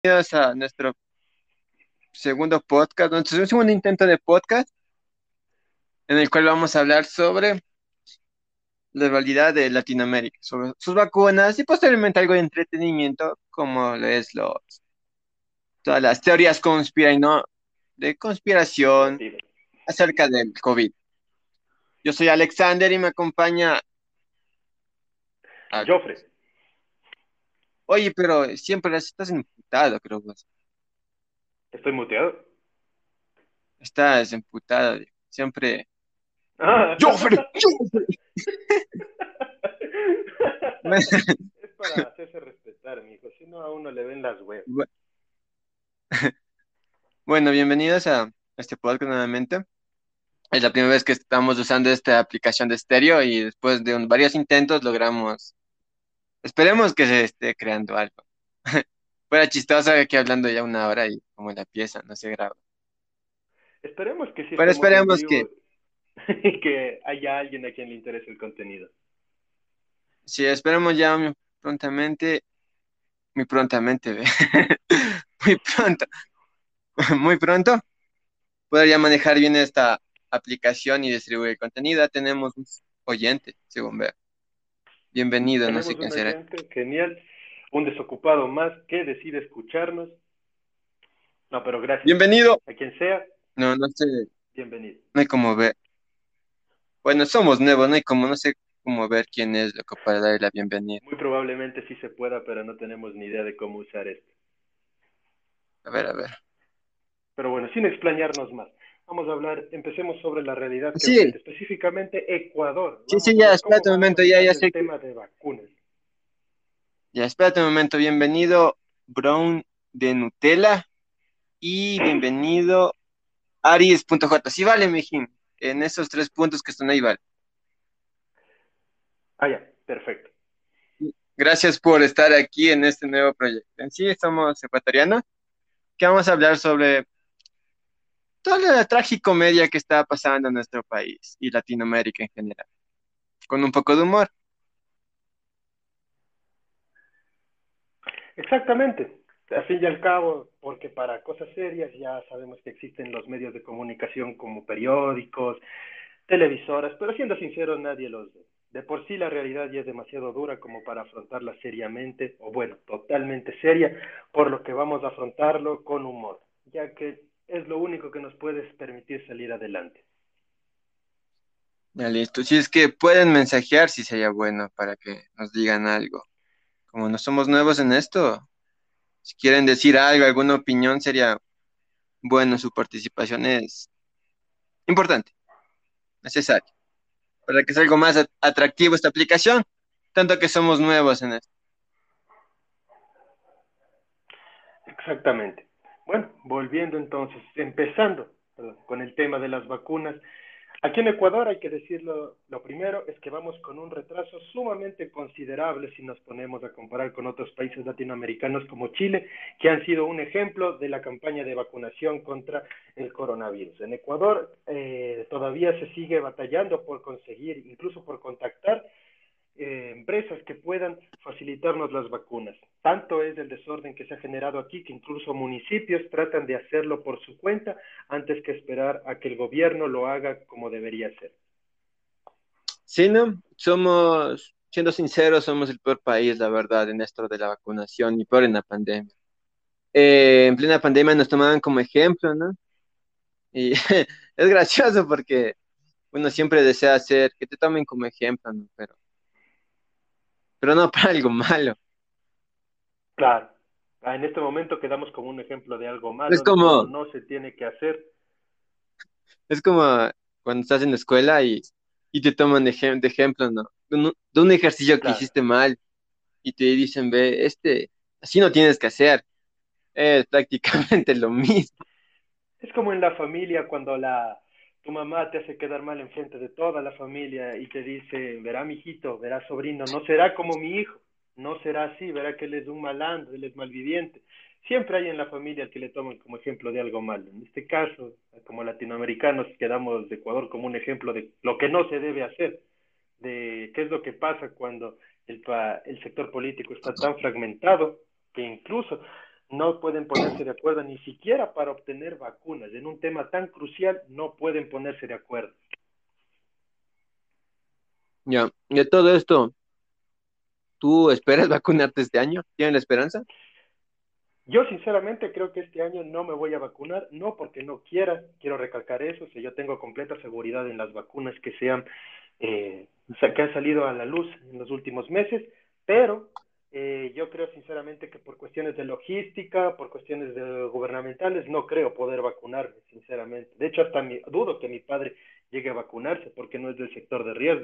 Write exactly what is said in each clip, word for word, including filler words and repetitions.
Bienvenidos a nuestro segundo podcast, nuestro segundo intento de podcast, en el cual vamos a hablar sobre la realidad de Latinoamérica, sobre sus vacunas y posteriormente algo de entretenimiento, como lo es los, todas las teorías conspira no, de conspiración Conspirativas. acerca del COVID. Yo soy Alexander y me acompaña. a- Joffre, Oye, pero siempre estás emputado, creo vos. estoy muteado. Estás emputado, siempre. Ah. ¡Yo, Fred! ¡Yo! Es para hacerse respetar, mijo. Si no, a uno le ven las webs. Bueno, bienvenidos a este podcast nuevamente. Es la primera vez que estamos usando esta aplicación de estéreo y después de un- varios intentos logramos, esperemos que se esté creando algo. Fuera chistoso que hablando ya una hora y como la pieza no se graba. Esperemos que sí Pero estemos en esperemos vivo que, y que haya alguien a quien le interese el contenido. sí, esperemos ya muy prontamente, muy prontamente, ve, muy pronto, muy pronto, poder ya manejar bien esta aplicación y distribuir el contenido. Ya tenemos un oyente, según veo. Bienvenido, no sé Tenemos quién un será. oyente genial, un desocupado más que decide escucharnos. No, pero gracias. Bienvenido. A quien sea, No, no sé, bienvenido. no hay como ver. Bueno, somos nuevos, no hay como, no sé cómo ver quién es loco para darle la bienvenida. Muy probablemente sí se pueda, pero no tenemos ni idea de cómo usar esto. A ver, a ver. Pero bueno, sin explañarnos más, vamos a hablar, empecemos sobre la realidad que Sí, enfrenta, específicamente Ecuador. sí, sí, Vamos a ya, ver cómo espérate un va momento, ya, ya avanzando el sé que, tema de vacunas. ya, espérate un momento, bienvenido Brown de Nutella y bienvenido Aries.j. Sí, vale, mijín, en esos tres puntos que están ahí, vale. Ah, ya, perfecto. Gracias por estar aquí en este nuevo proyecto. En sí, somos ecuatorianos, que vamos a hablar sobre toda la tragicomedia que está pasando en nuestro país y Latinoamérica en general, con un poco de humor. Exactamente. Al fin y al cabo, porque para cosas serias ya sabemos que existen los medios de comunicación como periódicos, televisoras, pero siendo sinceros, nadie los ve. De por sí la realidad ya es demasiado dura como para afrontarla seriamente, o bueno, totalmente seria, por lo que vamos a afrontarlo con humor, ya que es lo único que nos puede permitir salir adelante. Ya listo. Si es que pueden mensajear, si sería bueno para que nos digan algo. Como no somos nuevos en esto, si quieren decir algo, alguna opinión, sería bueno. Su participación es importante, necesaria, para que sea algo más at- atractivo esta aplicación, tanto que somos nuevos en esto. Exactamente. Bueno, volviendo entonces, empezando perdón, con el tema de las vacunas, aquí en Ecuador hay que decirlo, lo primero es que vamos con un retraso sumamente considerable si nos ponemos a comparar con otros países latinoamericanos como Chile, que han sido un ejemplo de la campaña de vacunación contra el coronavirus. En Ecuador eh, todavía se sigue batallando por conseguir, incluso por contactar eh, empresas que puedan facilitarnos las vacunas. Tanto es el desorden que se ha generado aquí que incluso municipios tratan de hacerlo por su cuenta antes que esperar a que el gobierno lo haga como debería ser. Sí, ¿no? Somos, siendo sinceros, somos el peor país, la verdad, en esto de la vacunación y peor en la pandemia. Eh, en plena pandemia nos tomaban como ejemplo, ¿no? Y es gracioso porque uno siempre desea hacer que te tomen como ejemplo, ¿no? Pero, pero no para algo malo. Claro, en este momento quedamos como un ejemplo de algo Es malo, de cómo como, no se tiene que hacer. es como cuando estás en la escuela y, y te toman de, ejem- de ejemplo, ¿no? De un, de un ejercicio que Claro, hiciste mal y te dicen, ve, este, así no tienes que hacer. Es prácticamente lo mismo. es como en la familia cuando la tu mamá te hace quedar mal enfrente de toda la familia y te dice, verá mi hijito, verá sobrino, no será como mi hijo, no será así, verá que él es un malandro, él es malviviente. Siempre hay en la familia al que le toman como ejemplo de algo malo. En este caso, como latinoamericanos, quedamos de Ecuador como un ejemplo de lo que no se debe hacer, de qué es lo que pasa cuando el, pa- el sector político está tan fragmentado que incluso no pueden ponerse de acuerdo ni siquiera para obtener vacunas. En un tema tan crucial no pueden ponerse de acuerdo. Ya, de todo esto, ¿tú esperas vacunarte este año? ¿Tienes la esperanza? Yo sinceramente creo que este año no me voy a vacunar, no porque no quiera, quiero recalcar eso, si yo tengo completa seguridad en las vacunas que sean, eh, que han salido a la luz en los últimos meses, pero eh, yo creo sinceramente que por cuestiones de logística, por cuestiones de gubernamentales, no creo poder vacunarme, sinceramente. De hecho, hasta mi, dudo que mi padre llegue a vacunarse porque no es del sector de riesgo.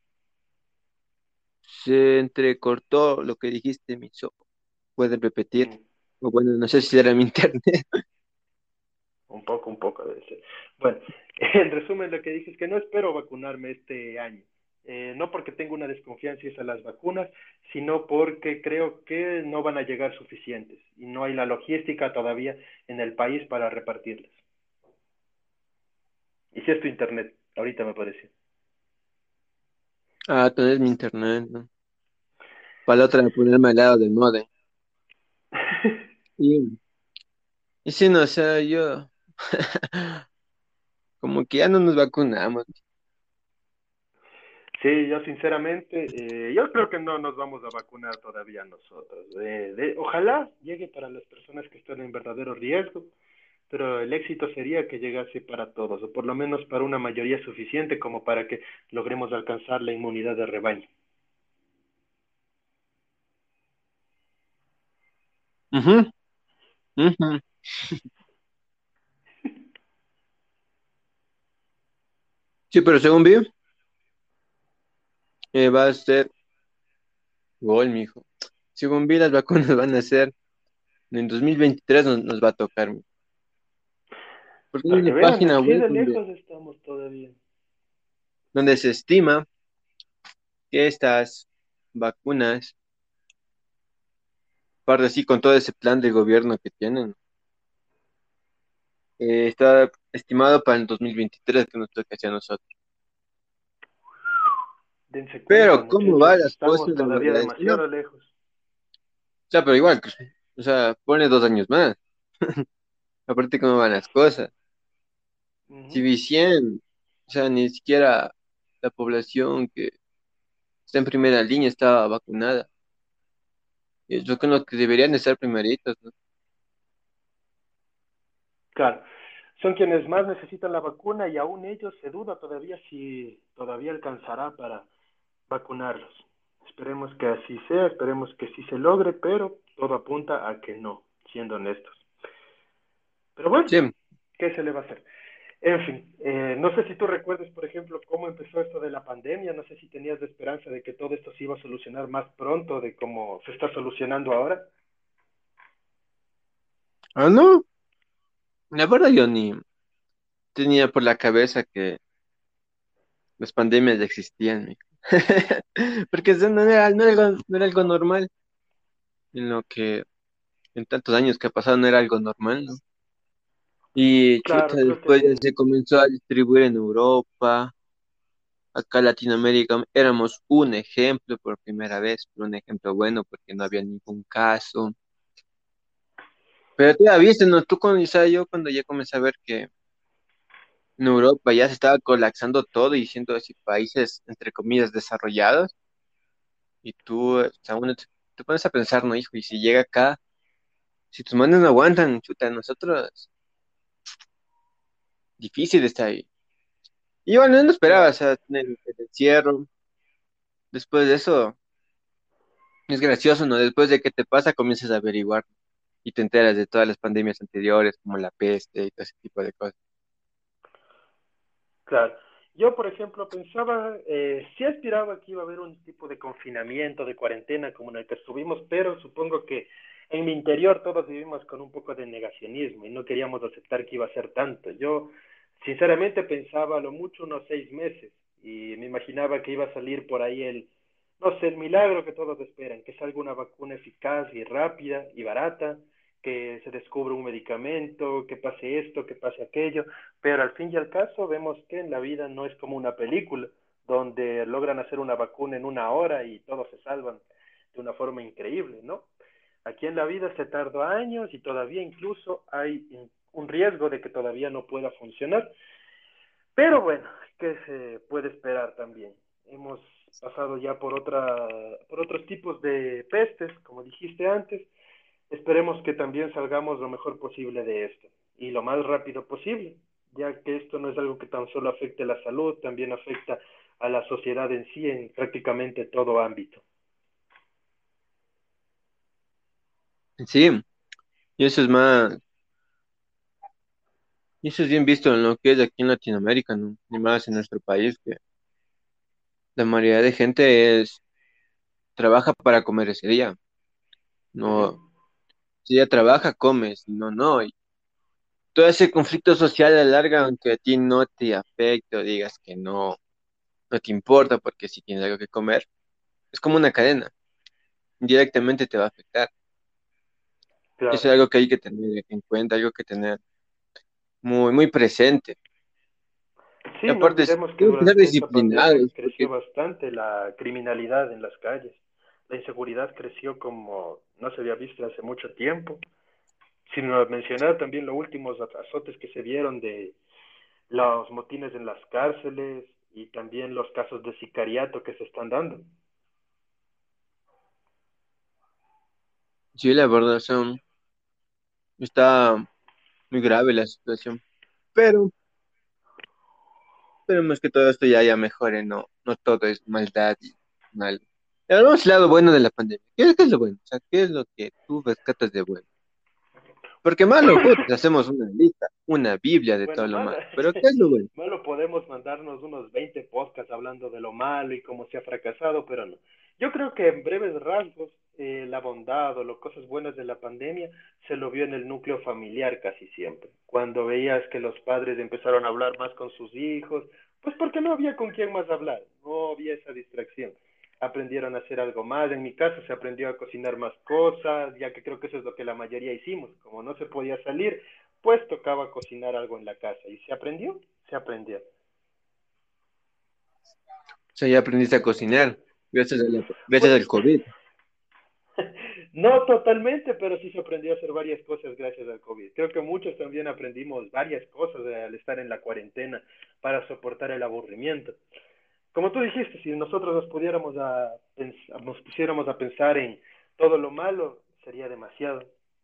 Se entrecortó lo que dijiste, Miso. ¿Puedes repetir? Mm. O bueno, no sé si era mi internet. Un poco, un poco debe ser. Bueno, en resumen lo que dije es que no espero vacunarme este año. Eh, no porque tengo una desconfianza hacia las vacunas, sino porque creo que no van a llegar suficientes y no hay la logística todavía en el país para repartirlas. Y si es tu internet, ahorita me parece. Ah, tenés mi internet, ¿no? Para la otra ponerme al lado del modem. Y, y sí, no, o sea, yo como que ya no nos vacunamos. Sí, yo sinceramente, eh, yo creo que no nos vamos a vacunar todavía nosotros. Eh, de, ojalá llegue para las personas que están en verdadero riesgo, pero el éxito sería que llegase para todos, o por lo menos para una mayoría suficiente como para que logremos alcanzar la inmunidad de rebaño. Ujú, ujú. Sí, pero según vi, eh, va a ser gol, mijo. Según vi, las vacunas van a ser en dos mil veintitrés nos, nos va a tocar, mijo. Porque hay Para una que vean, página así web de donde, lejos estamos todavía. donde se estima que estas vacunas, aparte así con todo ese plan de gobierno que tienen, eh, está estimado para el dos mil veintitrés que nos toque hacia nosotros. Dense cuenta, Pero, ¿cómo muchachos, van las estamos cosas? La todavía verdad es que no. O demasiado lejos. sea, pero igual, pues, o sea, pone dos años más. Aparte, ¿cómo van las cosas? Uh Si -huh. Vicien, o sea, ni siquiera la población que está en primera línea está vacunada. Y yo creo que deberían estar primeritos, ¿no? Claro, son quienes más necesitan la vacuna y aún ellos se duda todavía si todavía alcanzará para vacunarlos. Esperemos que así sea, esperemos que sí se logre, pero todo apunta a que no, siendo honestos. Pero bueno, Sí. ¿qué se le va a hacer? En fin, eh, no sé si tú recuerdes, por ejemplo, cómo empezó esto de la pandemia, no sé si tenías la esperanza de que todo esto se iba a solucionar más pronto de cómo se está solucionando ahora. Ah, no. La verdad yo ni tenía por la cabeza que las pandemias ya existían, mijo. Porque eso no era, no era algo, no era algo normal. En lo que en tantos años que ha pasado no era algo normal, ¿no? Y chuta, Claro, creo después ya que, se comenzó a distribuir en Europa, acá en Latinoamérica éramos un ejemplo por primera vez, pero un ejemplo bueno porque no había ningún caso. Pero tú ya viste, ¿no? Tú cuando, o sea, yo cuando ya comencé a ver que en Europa ya se estaba colapsando todo y siendo así países, entre comillas, desarrollados, y tú, o sea, uno te, te pones a pensar, ¿no, hijo? Y si llega acá, si tus manos no aguantan, chuta, nosotros, difícil está ahí. Y bueno, no esperaba, o claro, sea, el, el encierro. Después de eso, es gracioso, ¿no? Después de que te pasa, comienzas a averiguar y te enteras de todas las pandemias anteriores, como la peste y todo ese tipo de cosas. claro. Yo, por ejemplo, pensaba, eh, sí aspiraba que iba a haber un tipo de confinamiento, de cuarentena como en el que estuvimos, pero supongo que en mi interior todos vivimos con un poco de negacionismo y no queríamos aceptar que iba a ser tanto. Yo, sinceramente, pensaba a lo mucho unos seis meses y me imaginaba que iba a salir por ahí el, no sé, el milagro que todos esperan, que salga una vacuna eficaz y rápida y barata, que se descubra un medicamento, que pase esto, que pase aquello, pero al fin y al caso vemos que en la vida no es como una película, donde logran hacer una vacuna en una hora y todos se salvan de una forma increíble, ¿no? Aquí en la vida se tardó años y todavía incluso hay un riesgo de que todavía no pueda funcionar. Pero bueno, ¿qué se puede esperar también? Hemos pasado ya por, otra, por otros tipos de pestes, como dijiste antes. Esperemos que también salgamos lo mejor posible de esto y lo más rápido posible, ya que esto no es algo que tan solo afecte a la salud, también afecta a la sociedad en sí en prácticamente todo ámbito. Sí, y eso es más, y eso es bien visto en lo que es aquí en Latinoamérica, ¿no? Y más en nuestro país, que la mayoría de gente es, trabaja para comer ese día. Uh -huh. No, si ella trabaja, come, si no, no. Y todo ese conflicto social a la larga, aunque a ti no te afecte o digas que no, no te importa porque si tienes algo que comer, es como una cadena, directamente te va a afectar. Eso Claro. es algo que hay que tener en cuenta, algo que tener muy, muy presente. Y Sí, no aparte, es- olvidemos que hay que ser durante esta pandemia disciplinados, creció porque bastante la criminalidad en las calles. La inseguridad creció como no se había visto hace mucho tiempo. Sin mencionar también los últimos azotes que se vieron de los motines en las cárceles y también los casos de sicariato que se están dando. sí, la verdad, son, está muy grave la situación. Pero, esperemos que todo esto ya, ya mejore, no, no todo es maldad y mal. Pero vamos al lado bueno de la pandemia. ¿Qué, qué es lo bueno? O sea, ¿qué es lo que tú rescatas de bueno? Porque malo, putz, hacemos una lista, una biblia de Bueno, todo lo malo, malo. Pero ¿qué es lo bueno? malo podemos mandarnos unos veinte podcasts hablando de lo malo y cómo se ha fracasado, pero no. Yo creo que en breves rasgos, eh, la bondad o las cosas buenas de la pandemia se lo vio en el núcleo familiar casi siempre. Cuando veías que los padres empezaron a hablar más con sus hijos, pues porque no había con quién más hablar, no había esa distracción. Aprendieron a hacer algo más. En mi caso se aprendió a cocinar más cosas, ya que creo que eso es lo que la mayoría hicimos. Como no se podía salir, pues tocaba cocinar algo en la casa. ¿Y se aprendió? Se aprendió. O sea, ya aprendiste a cocinar, gracias a la- Pues gracias al COVID. no totalmente, pero sí se aprendió a hacer varias cosas gracias al COVID. Creo que muchos también aprendimos varias cosas al estar en la cuarentena para soportar el aburrimiento. Como tú dijiste, si nosotros nos pudiéramos a nos pusiéramos a pensar en todo lo malo, sería demasiado.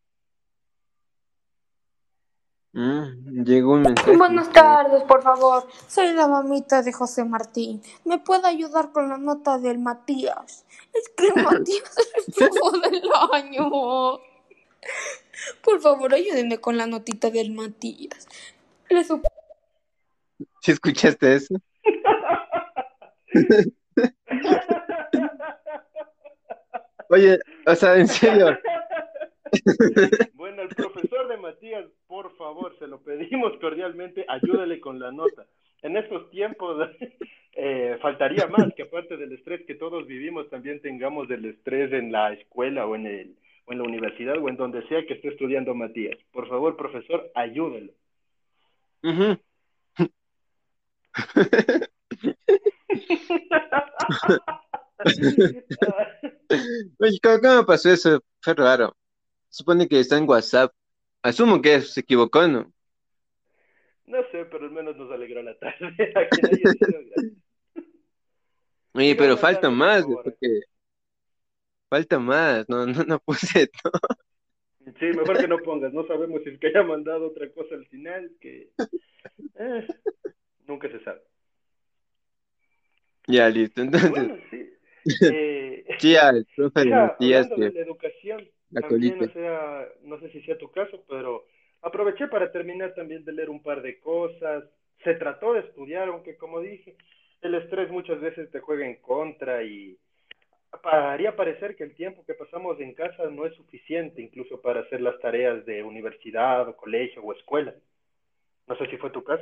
Mm, llegó un mensaje, Buenas dice. tardes, por favor. Soy la mamita de José Martín. ¿Me puede ayudar con la nota del Matías? Es que el Matías es el profe del año. Por favor, ayúdenme con la notita del Matías. Le sup- ¿Sí escuchaste eso? Oye, o sea, en serio. Bueno, el profesor de Matías, por favor, se lo pedimos cordialmente, ayúdele con la nota. En estos tiempos eh, faltaría más que aparte del estrés que todos vivimos, también tengamos el estrés en la escuela o en, el, o en la universidad o en donde sea que esté estudiando Matías. Por favor, profesor, ayúdelo. Ujú. Oye, ¿cómo, cómo pasó eso? Fue raro. Supone que está en WhatsApp. Asumo que se equivocó, ¿no? No sé, pero al menos nos alegró la tarde. A quien haya sido, gracias. Oye, Sigan pero falta mandando, por más, güey, favor. porque falta más. No, no, no puse todo. Sí, mejor que no pongas. No sabemos si es que haya mandado otra cosa al final, que eh, nunca se sabe. Ya, listo. Y Entonces, bueno, sí. Eh, sí, al profe de mira, Matías hablando de que la educación, la también, colita. o sea, no sé si sea tu caso, pero aproveché para terminar también de leer un par de cosas. Se trató de estudiar, aunque como dije, el estrés muchas veces te juega en contra y haría parecer que el tiempo que pasamos en casa no es suficiente incluso para hacer las tareas de universidad o colegio o escuela. No sé si fue tu caso.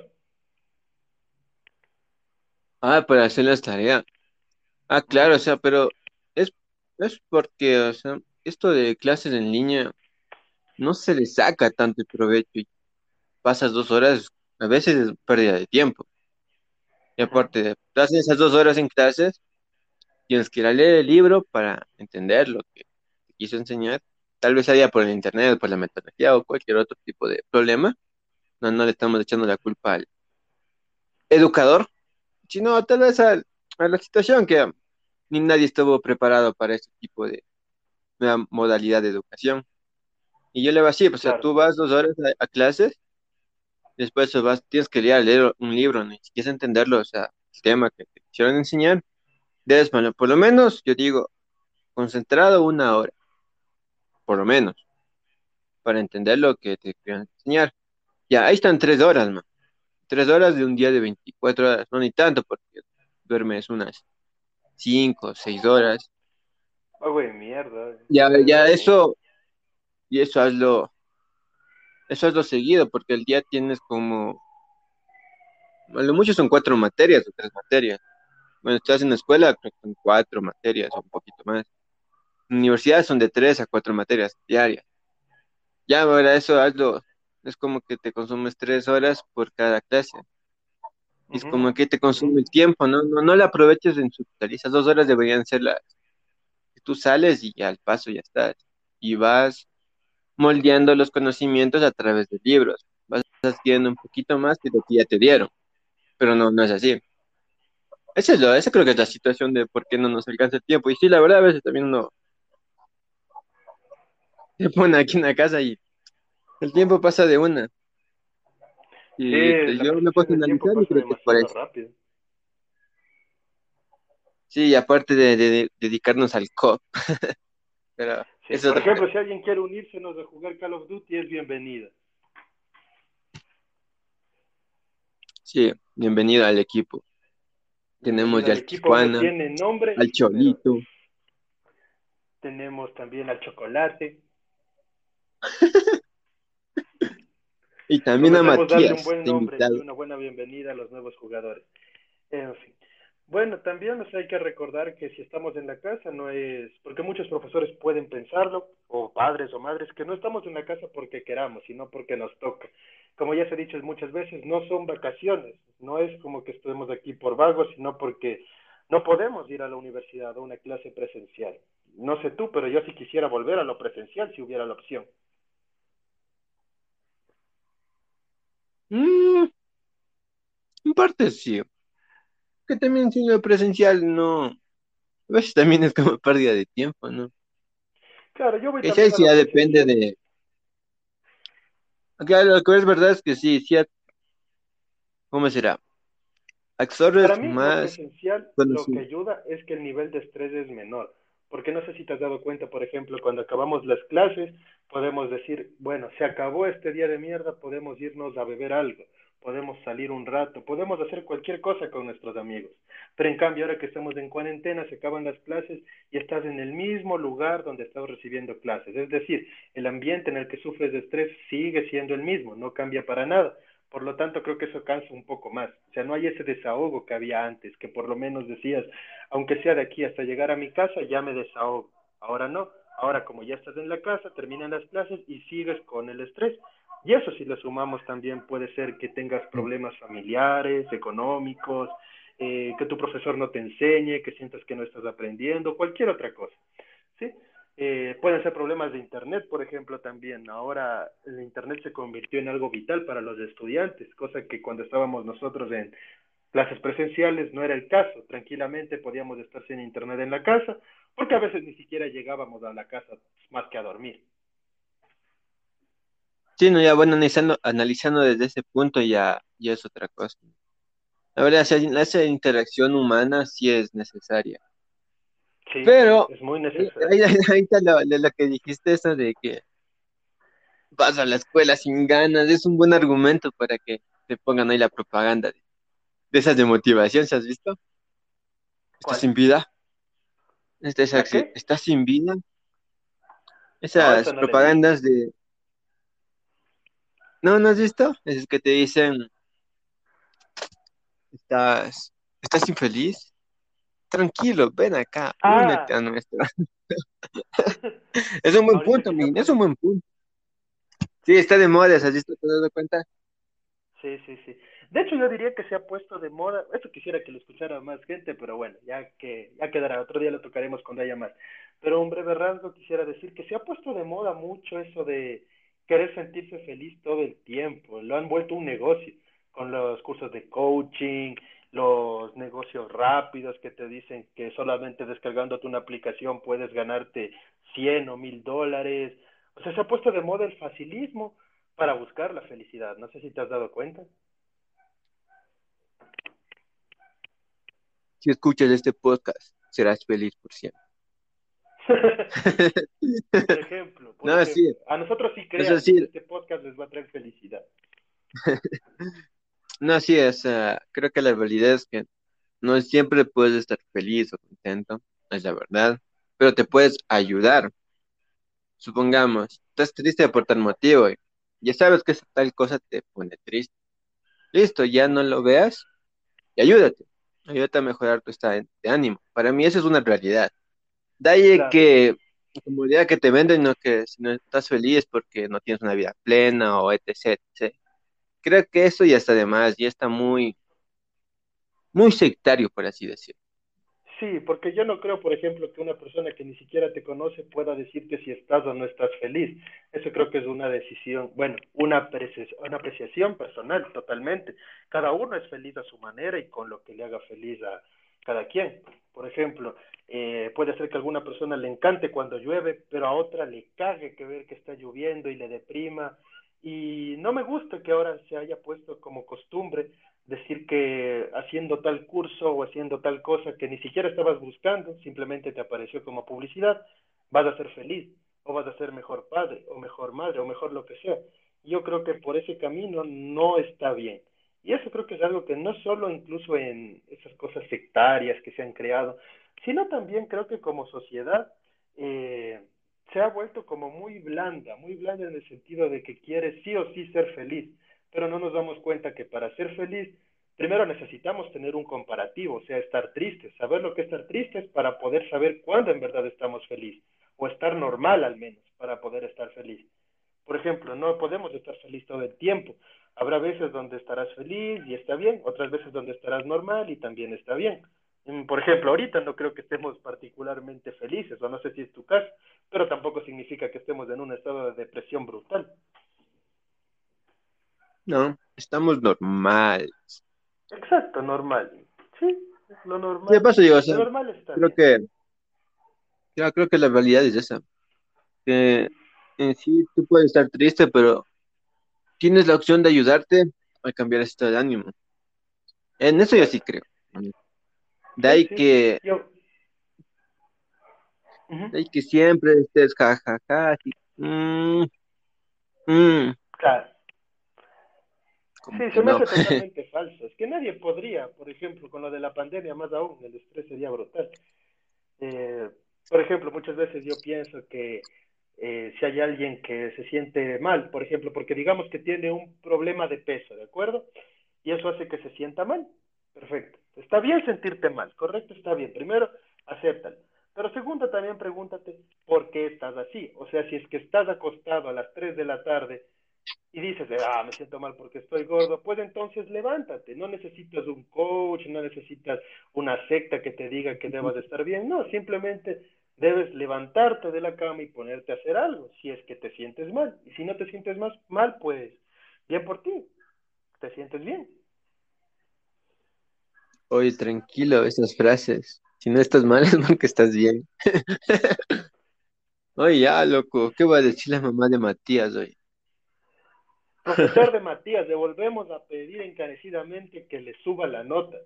Ah, para hacer las tareas. Ah, Uh -huh. claro, o sea, pero es, es porque, o sea, esto de clases en línea no se le saca tanto el provecho y pasas dos horas, a veces es pérdida de tiempo. Y Uh -huh. aparte, de estás esas dos horas en clases, tienes que ir a leer el libro para entender lo que te quiso enseñar. tal vez haya por el internet, por la metodología o cualquier otro tipo de problema. No, no le estamos echando la culpa al educador, sino tal vez al- a la situación que ni nadie estuvo preparado para este tipo de nueva modalidad de educación. Y yo le digo así, pues, o sea, Claro, tú vas dos horas a, a clases, después pues, vas, tienes que leer, leer un libro, ¿no? Y si quieres entenderlo, o sea, el tema que te quisieron enseñar, debes, bueno, por lo menos, yo digo, concentrado una hora, por lo menos, para entender lo que te quieran enseñar. Ya, ahí están tres horas, man. Tres horas de un día de veinticuatro horas, no ni tanto, porque duermes unas cinco, seis horas. ah, güey, mierda, Ya, tres ya horas, mucho. eso, y eso hazlo, eso hazlo seguido, porque el día tienes como, a lo mucho son cuatro materias o tres materias. Bueno, estás en la escuela, creo que son cuatro materias o un poquito más. En universidad son de tres a cuatro materias diarias. Ya, ahora eso hazlo, es como que te consumes tres horas por cada clase. Y es Ujú, como que te ujú, consume el tiempo, ¿no? No, no la aproveches en su totalidad. Esas dos horas deberían ser las que tú sales y ya al paso ya estás. Y vas moldeando los conocimientos a través de libros. Vas adquiriendo un poquito más de lo que ya te dieron. Pero no, no es así. Esa es lo, esa creo que es la situación de por qué no nos alcanza el tiempo. Y sí, la verdad, a veces también uno se pone aquí en la casa y el tiempo pasa de una. sí, Y pues la yo me percepción puse a del tiempo analizar y pasa creo que es por demasiado eso. rápido. Sí, y aparte de, de- de dedicarnos al C O P, pero Sí, es por otra cosa. ejemplo, si alguien quiere unírsenos a jugar Call of Duty, es bienvenida. Sí, bienvenido al equipo. Tenemos Bienvenida ya al al equipo, no Tijuana, tiene nombre, al pero Cholito tenemos también al Chocolate. y también a Prometemos darle un Matías, buen de nombre y invitado. una buena bienvenida a los nuevos jugadores. En fin. Bueno, también nos hay que recordar que si estamos en la casa no es, porque muchos profesores pueden pensarlo, o padres o madres, que no estamos en la casa porque queramos, sino porque nos toca. Como ya se ha dicho muchas veces, no son vacaciones, no es como que estemos aquí por vagos, sino porque no podemos ir a la universidad a una clase presencial. No sé tú, pero yo sí quisiera volver a lo presencial si hubiera la opción. Mm, en parte sí, que también siendo presencial no, a veces también es como pérdida de tiempo, ¿no? Claro, yo voy Que sí, también a sí, lo ya depende presencial. de, claro, lo que es verdad es que sí, sí, ¿cómo será? Para Absorbes mí, lo más presencial lo que conocimiento. ayuda es que el nivel de estrés es menor. Porque no sé si te has dado cuenta, por ejemplo, cuando acabamos las clases, podemos decir, bueno, se acabó este día de mierda, podemos irnos a beber algo, podemos salir un rato, podemos hacer cualquier cosa con nuestros amigos. Pero en cambio, ahora que estamos en cuarentena, se acaban las clases y estás en el mismo lugar donde estabas recibiendo clases. Es decir, el ambiente en el que sufres de estrés sigue siendo el mismo, no cambia para nada. Por lo tanto, creo que eso cansa un poco más. O sea, no hay ese desahogo que había antes, que por lo menos decías, aunque sea de aquí hasta llegar a mi casa, ya me desahogo. Ahora no. Ahora, como ya estás en la casa, terminan las clases y sigues con el estrés. Y eso, si le sumamos también, puede ser que tengas problemas familiares, económicos, eh, que tu profesor no te enseñe, que sientas que no estás aprendiendo, cualquier otra cosa. ¿Sí? Eh, pueden ser problemas de Internet, por ejemplo, también. Ahora el Internet se convirtió en algo vital para los estudiantes, cosa que cuando estábamos nosotros en clases presenciales no era el caso. Tranquilamente podíamos estar sin Internet en la casa, porque a veces ni siquiera llegábamos a la casa más que a dormir. Sí, no, ya bueno, analizando, analizando desde ese punto ya, ya es otra cosa. La verdad, esa, esa interacción humana sí es necesaria. Sí, Pero es muy ahí, ahí- necesario. ahí está lo, lo- lo que dijiste, eso de que vas a la escuela sin ganas, es un buen argumento para que te pongan ahí la propaganda de, de esas de motivación, ¿se has visto? ¿Estás ¿Cuál? sin vida? ¿Estás, ¿La qué? estás sin vida? No, Esas esa no la he visto. propagandas de... ¿No, no has visto? Es que te dicen, estás, estás infeliz. Tranquilo, ven acá, únete Ah, a nuestra. Es un buen ahorita punto, que se ha min, es un puesto. buen punto. Sí, está de moda, ¿has visto? ¿Te has dado cuenta? Sí, sí, sí. De hecho, yo diría que se ha puesto de moda, esto quisiera que lo escuchara más gente, pero bueno, ya que ya quedará, otro día lo tocaremos cuando haya más. Pero un breve rasgo quisiera decir que se ha puesto de moda mucho eso de querer sentirse feliz todo el tiempo, lo han vuelto un negocio, con los cursos de coaching, los negocios rápidos que te dicen que solamente descargándote una aplicación puedes ganarte cien o mil dólares. O sea, se ha puesto de moda el facilismo para buscar la felicidad. No sé si te has dado cuenta. Si escuchas este podcast, serás feliz por siempre. Por ejemplo, por No, sí, ejemplo. A nosotros sí es créanme que decir, este podcast les va a traer felicidad. no, sí, es, ah, creo que la realidad es que no siempre puedes estar feliz o contento, es la verdad, pero te puedes ayudar. Supongamos, estás triste por tal motivo y ya sabes que esa tal cosa te pone triste. Listo, ya no lo veas y ayúdate. Ayúdate a mejorar tu estado de ánimo. Para mí eso es una realidad. De ahí Claro. que, como idea que te venden, no que si no estás feliz porque no tienes una vida plena o etc, etcétera. Creo que eso ya está de más, ya está muy, muy sectario, por así decirlo. Sí, porque yo no creo, por ejemplo, que una persona que ni siquiera te conoce pueda decirte si estás o no estás feliz. Eso creo que es una decisión, bueno, una apreciación, una apreciación personal, totalmente. Cada uno es feliz a su manera y con lo que le haga feliz a cada quien. Por ejemplo, eh, puede ser que a alguna persona le encante cuando llueve, pero a otra le cague que ver que está lloviendo y le deprima. Y no me gusta que ahora se haya puesto como costumbre decir que haciendo tal curso o haciendo tal cosa que ni siquiera estabas buscando, simplemente te apareció como publicidad, vas a ser feliz, o vas a ser mejor padre, o mejor madre, o mejor lo que sea. Yo creo que por ese camino no está bien. Y eso creo que es algo que no solo incluso en esas cosas sectarias que se han creado, sino también creo que como sociedad eh, se ha vuelto como muy blanda, muy blanda en el sentido de que quiere sí o sí ser feliz, pero no nos damos cuenta que para ser feliz, primero necesitamos tener un comparativo, o sea, estar tristes, saber lo que es estar tristes para poder saber cuándo en verdad estamos felices, o estar normal al menos, para poder estar feliz. Por ejemplo, no podemos estar feliz todo el tiempo. Habrá veces donde estarás feliz y está bien, otras veces donde estarás normal y también está bien. Mm, Por ejemplo, ahorita no creo que estemos particularmente felices, o no sé si es tu caso, pero tampoco significa que estemos en un estado de depresión brutal. No, estamos normal. Exacto, normal. Sí, lo Sí, de normal. paso yo, o Lo sea, normal está creo bien. que, yo creo que la realidad es esa, que en sí tú puedes estar triste, pero tienes la opción de ayudarte a cambiar ese estado de ánimo. En eso yo sí Exacto. creo. De Sí, ahí sí. que, Yo. Ujú. de ahí que siempre estés jajaja, así, mm, mm, Claro. como Sí, que se me no. hace totalmente falso. Es que nadie podría, por ejemplo, con lo de la pandemia, más aún, el estrés sería brutal. Eh, por ejemplo, muchas veces yo pienso que eh, si hay alguien que se siente mal, por ejemplo, porque digamos que tiene un problema de peso, ¿de acuerdo? Y eso hace que se sienta mal. Perfecto. Está bien sentirte mal, correcto, está bien. Primero, acéptalo. Pero segundo, también pregúntate por qué estás así. O sea, si es que estás acostado a las tres de la tarde y dices, ah, me siento mal porque estoy gordo, pues entonces levántate. No necesitas un coach, no necesitas una secta que te diga que debas de estar bien. No, simplemente debes levantarte de la cama y ponerte a hacer algo, si es que te sientes mal. Y si no te sientes más mal, pues bien por ti, te sientes bien. Oye, tranquilo, esas frases. Si no estás mal es porque estás bien. Oye, ya, loco, ¿qué va a decir la mamá de Matías hoy? Profesor de Matías, le volvemos a pedir encarecidamente que le suba la nota.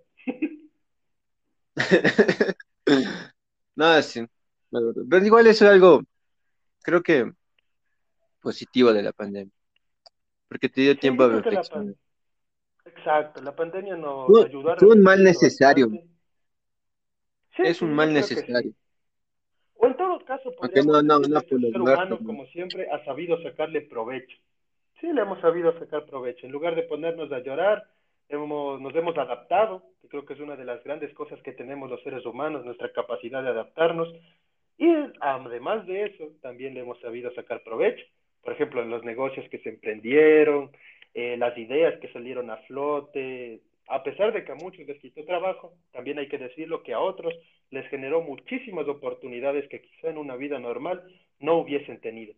No, sí, la verdad. Pero igual eso es algo, creo que positivo de la pandemia, porque te dio Sí, tiempo yo a creo que la reflexionar. pan, exacto, la pandemia nos Fue, ayudó a fue un mal reflexionar necesario, bastante. Sí, es un sí, yo mal creo que sí. necesario, O en todo caso aunque podríamos no, no, decirle no que por el los ser muertos, humano, ¿no? como siempre, ha sabido sacarle provecho. Sí, le hemos sabido sacar provecho. En lugar de ponernos a llorar, hemos, nos hemos adaptado, que creo que es una de las grandes cosas que tenemos los seres humanos, nuestra capacidad de adaptarnos. Y además de eso, también le hemos sabido sacar provecho. Por ejemplo, en los negocios que se emprendieron, eh, las ideas que salieron a flote, a pesar de que a muchos les quitó trabajo, también hay que decirlo que a otros les generó muchísimas oportunidades que quizá en una vida normal no hubiesen tenido.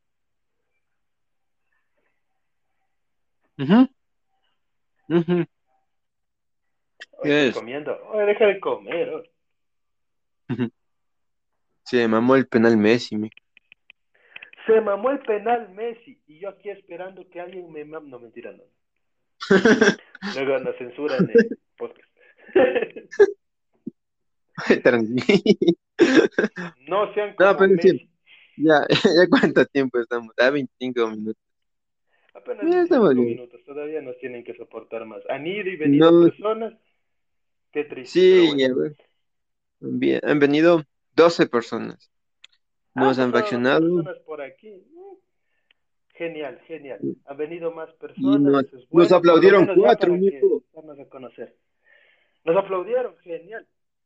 Ujú, ujú. Hoy estoy Es. comiendo, oye, deja de comer. Oye. Ujú. Se mamó el penal Messi. mi- Se mamó el penal Messi y yo aquí esperando que alguien me mame. No, mentira, no. Luego nos censuran el podcast. Tranquilo. No sean No, como pero sí, Messi. ya, ya cuánto tiempo estamos, a veinticinco minutos. Apenas Ya estamos veinticinco bien. minutos, todavía nos tienen que soportar más. Han ido y venido No, personas, qué triste, pero sí, bueno. a ver, bien, han venido doce personas. Ah, Nos han pasado doce reaccionado personas por aquí. Mm, Genial, genial. Han venido más y personas, nos, eso es nos bueno, por lo aplaudieron menos ya cuatro, para que mijo. vamos a conocer. Nos aplaudieron, genial.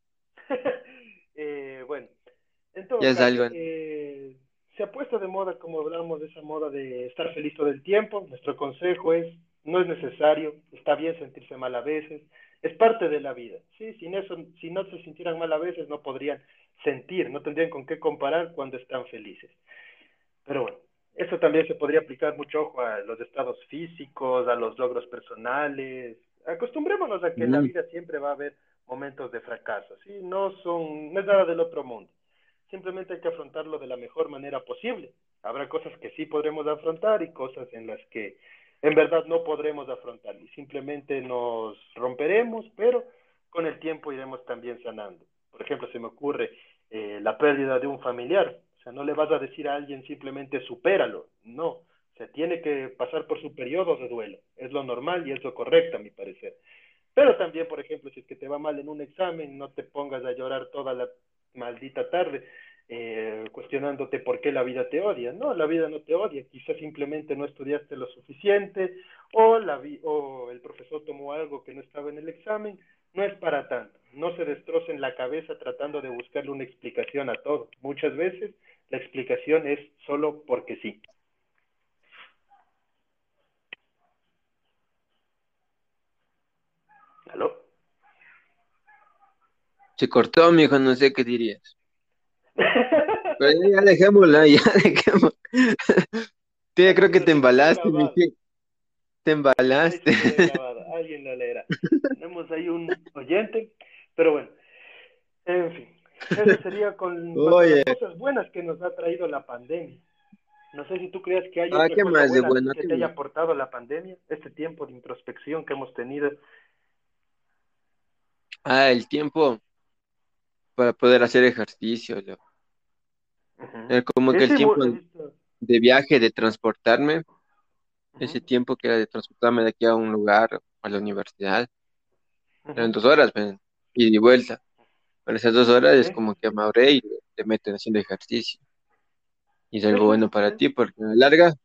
eh, bueno, en todo Ya es caso, algo. eh, se ha puesto de moda, como hablamos de esa moda de estar feliz todo el tiempo. Nuestro consejo es, no es necesario, está bien sentirse mal a veces, es parte de la vida. ¿Sí? Sin eso, si no se sintieran mal a veces, no podrían sentir, no tendrían con qué comparar cuando están felices. Pero bueno, eso también se podría aplicar mucho ojo a los estados físicos, a los logros personales. Acostumbrémonos a que en la Mm, vida siempre va a haber momentos de fracaso, ¿sí? No son, no es nada del otro mundo. Simplemente hay que afrontarlo de la mejor manera posible. Habrá cosas que sí podremos afrontar y cosas en las que en verdad no podremos afrontar. Y simplemente nos romperemos, pero con el tiempo iremos también sanando. Por ejemplo, se me ocurre eh, la pérdida de un familiar. O sea, no le vas a decir a alguien simplemente supéralo. No. Se tiene que pasar por su periodo de duelo. Es lo normal y es lo correcto, a mi parecer. Pero también, por ejemplo, si es que te va mal en un examen, no te pongas a llorar toda la maldita tarde eh, cuestionándote por qué la vida te odia. No, la vida no te odia. Quizás simplemente no estudiaste lo suficiente o, la vi o el profesor tomó algo que no estaba en el examen. No es para tanto. No se destrocen la cabeza tratando de buscarle una explicación a todo. Muchas veces la explicación es solo porque sí. ¿Aló? se cortó, mijo, no sé qué dirías. Pero ya, ya dejémosla, ya dejémosla. Te, Bueno, creo que pero te se quedó embalaste, mi grabado. chi- te Ahí embalaste. se quedó grabado. Alguien lo leerá. Tenemos ahí un oyente, pero bueno. En fin, eso sería con cuanto a las Oye, cosas buenas que nos ha traído la pandemia. No sé si tú crees que hay ah, otra ¿qué cosa más de buena a ti bueno? que ¿Qué te haya más? aportado la pandemia, este tiempo de introspección que hemos tenido. Ah, el tiempo para poder hacer ejercicio, yo. Uh-huh. Era como Sí, que el sí, tiempo he visto. de viaje, de transportarme, Uh-huh. ese tiempo que era de transportarme de aquí a un lugar, a la universidad, Uh-huh. eran dos horas, ven, y de vuelta. Para esas dos horas es Sí, como que me ahorré y te meten haciendo ejercicio. Y es sí, algo sí, bueno para sí. ti, porque a la larga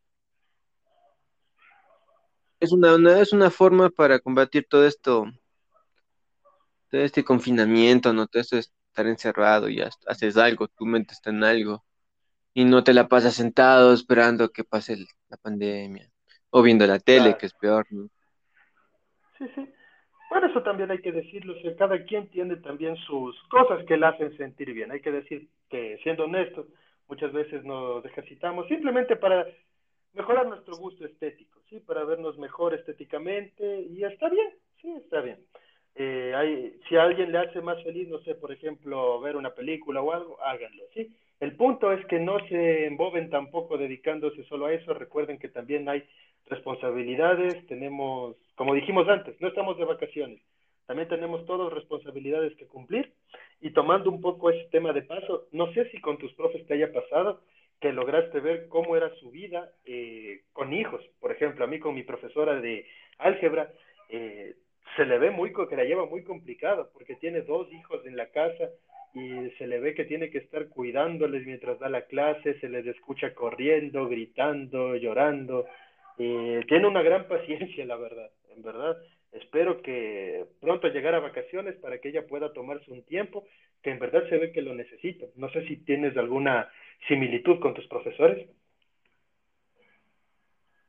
es una, una- es una forma para combatir todo esto, todo este confinamiento, ¿no? Todo esto de estar encerrado y haz- haces algo, tu mente está en algo. Y no te la pasas sentado esperando que pase el- la pandemia. O viendo la tele, Claro. que es peor, ¿no? Sí, sí. Por eso también hay que decirlo, o sea, cada quien tiene también sus cosas que le hacen sentir bien. Hay que decir que, siendo honestos, muchas veces nos ejercitamos simplemente para mejorar nuestro gusto estético, ¿sí? Para vernos mejor estéticamente y está bien, sí, está bien. Eh, hay, si a alguien le hace más feliz, no sé, por ejemplo, ver una película o algo, háganlo, ¿sí? El punto es que no se emboben tampoco dedicándose solo a eso. Recuerden que también hay responsabilidades, tenemos, como dijimos antes, no estamos de vacaciones, también tenemos todas responsabilidades que cumplir y tomando un poco ese tema de paso, no sé si con tus profes te haya pasado que lograste ver cómo era su vida eh, con hijos, por ejemplo, a mí con mi profesora de álgebra, eh, se le ve muy, que la lleva muy complicado porque tiene dos hijos en la casa y se le ve que tiene que estar cuidándoles mientras da la clase, se les escucha corriendo, gritando, llorando, eh, tiene una gran paciencia, la verdad, en verdad. Espero que pronto llegar a vacaciones para que ella pueda tomarse un tiempo, que en verdad se ve que lo necesita. No sé si tienes alguna similitud con tus profesores.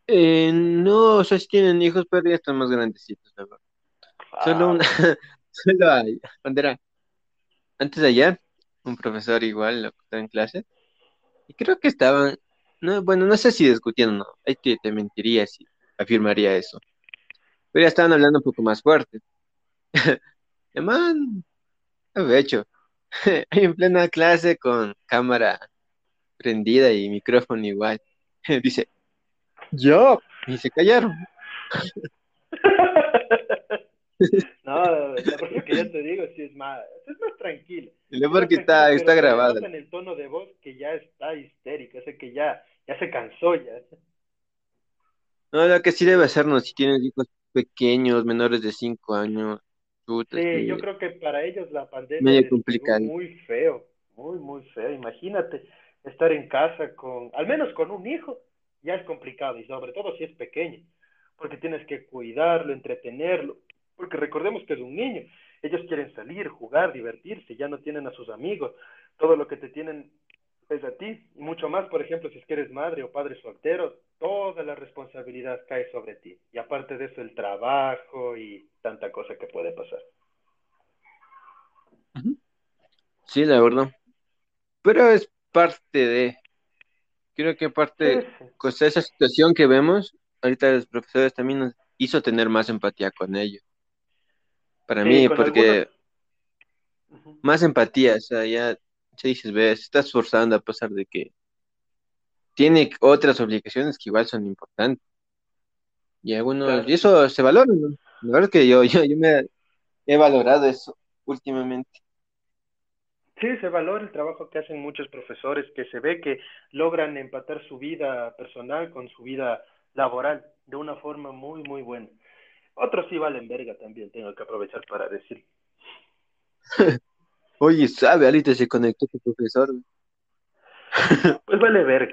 Eh, no, o sea, sí tienen hijos, pero ya están más grandecitos, la verdad. Solo Ah, una, bueno. solo hay, ¿cuándo era? Antes de ayer, un profesor igual lo estaba en clase, y creo que estaban, no, bueno, no sé si discutiendo o no, ahí te, te mentiría si afirmaría eso, pero ya estaban hablando un poco más fuerte. Y, man, de hecho, ahí en plena clase con cámara prendida y micrófono igual, dice, yo, y se callaron. No, la verdad que ya te digo, sí es más, es más tranquila. Y lo Es peor más que tranquila, está, está pero se le grabado. nota en el tono de voz que ya está histérica, o sea que ya, ya se cansó ya. No, lo que sí debe hacernos, si tienes hijos pequeños, menores de cinco años, puta, Sí, yo sí, creo que para ellos la pandemia medio les pegó complicado. muy feo, muy, muy feo. Imagínate estar en casa con, al menos con un hijo, ya es complicado y sobre todo si es pequeño, porque tienes que cuidarlo, entretenerlo, porque recordemos que es un niño. Ellos quieren salir, jugar, divertirse, ya no tienen a sus amigos. Todo lo que te tienen es a ti, y mucho más, por ejemplo, si es que eres madre o padre soltero, toda la responsabilidad cae sobre ti. Y aparte de eso, el trabajo y tanta cosa que puede pasar. Ujú. Sí, la verdad. Pero es parte de, creo que Sí, parte, sí. pues esa situación que vemos, ahorita los profesores también nos hizo tener más empatía con ellos. Para Sí, mí, con algunos. porque Ujú. más empatía, o sea, ya se dices, ves, se está esforzando a pesar de que tiene otras obligaciones que igual son importantes. Y algunos, Claro. y eso se valora, ¿no? La verdad es que yo, yo, yo me he valorado eso últimamente. Sí, se valora el trabajo que hacen muchos profesores, que se ve que logran empatar su vida personal con su vida laboral de una forma muy, muy buena. Otros sí valen verga también, tengo que aprovechar para decir. Oye, sabe, ahorita se conectó tu profesor. Pues vale verga.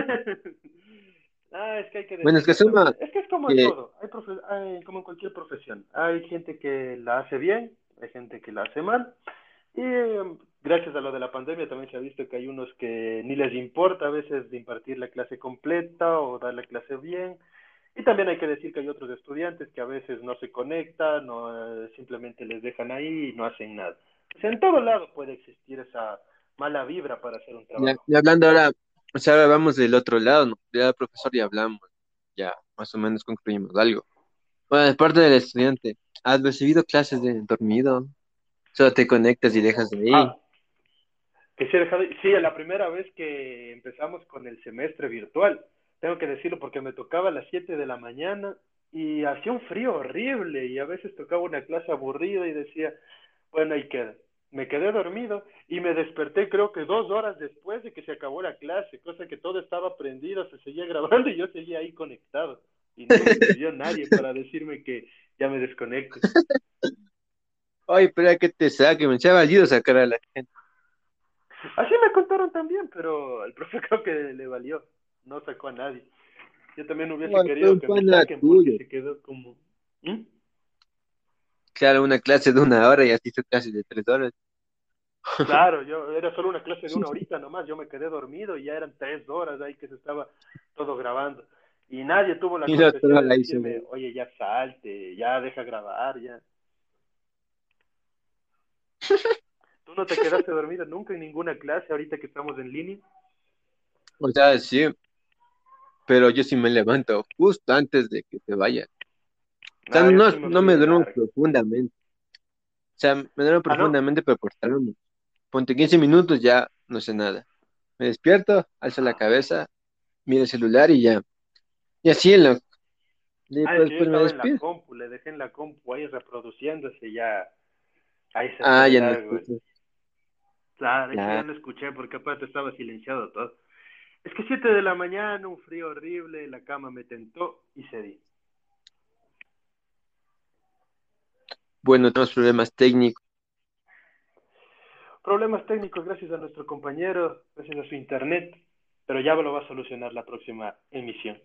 Ah, es que hay que Bueno, es que decirlo suma también. Es que es como en que, todo, hay, profe- hay como en cualquier profesión. Hay gente que la hace bien, hay gente que la hace mal. Y eh, gracias a lo de la pandemia también se ha visto que hay unos que ni les importa a veces de impartir la clase completa o dar la clase bien. Y también hay que decir que hay otros estudiantes que a veces no se conectan o eh, simplemente les dejan ahí y no hacen nada. O sea, en todo lado puede existir esa mala vibra para hacer un ya, trabajo. ya hablando ahora, o sea, ahora vamos del otro lado, ¿no? Ya, profesor, ya hablamos, ya más o menos concluimos algo. Bueno, de parte del estudiante, ¿has recibido clases de dormido? Solo te conectas y dejas de ahí. Ah, que sí, he dejado, sí, la primera vez que empezamos con el semestre virtual, tengo que decirlo porque me tocaba a las siete de la mañana y hacía un frío horrible y a veces tocaba una clase aburrida y decía, bueno, ahí queda. Me quedé dormido y me desperté creo que dos horas después de que se acabó la clase, cosa que todo estaba prendido, se seguía grabando y yo seguía ahí conectado y no me escribió nadie para decirme que ya me desconecte. Ay, espera que te saque, me ha valido sacar a la gente. Así me contaron también, pero al profe creo que le valió, no sacó a nadie. Yo también hubiese Ay, fue querido un que me pana saquen porque tuyo. se quedó como... ¿Mm? Claro, una clase de una hora y así hizo clase de tres horas. Claro, yo era solo una clase de una horita nomás, yo me quedé dormido y ya eran tres horas ahí que se estaba todo grabando. Y nadie tuvo la Y la cortesía otra de la hizo. decirme, oye, ya salte, ya deja grabar, ya. ¿Tú no te quedaste dormido nunca en ninguna clase ahorita que estamos en línea? O sea, sí, pero yo sí me levanto justo antes de que te vaya. O sea, Ah, yo no, sí me no fui me de duermo largo. profundamente. O sea, me duermo Ah, no. profundamente, pero por tramos. Ponte quince minutos, ya no sé nada. Me despierto, alzo la cabeza, miro el celular y ya. Y así, loco. Y Ah, es pues, que yo pues me estaba en la despido. compu, le dejé en la compu ahí reproduciéndose y ya ahí se fue Ah, de ya no largo. escucho. Claro, eso ya Claro. no escuché porque aparte estaba silenciado todo. Es que siete de la mañana, un frío horrible, la cama me tentó y cedí. Bueno, tenemos problemas técnicos. Problemas técnicos gracias a nuestro compañero, gracias a su internet, pero ya lo va a solucionar la próxima emisión.